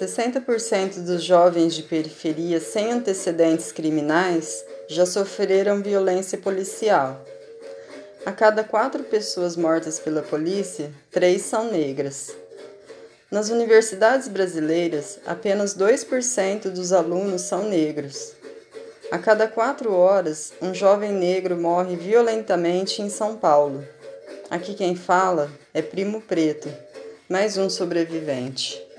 60% dos jovens de periferia sem antecedentes criminais já sofreram violência policial. A cada 4 pessoas mortas pela polícia, 3 são negras. Nas universidades brasileiras, apenas 2% dos alunos são negros. A cada 4 horas, um jovem negro morre violentamente em São Paulo. Aqui quem fala é Primo Preto, mais um sobrevivente.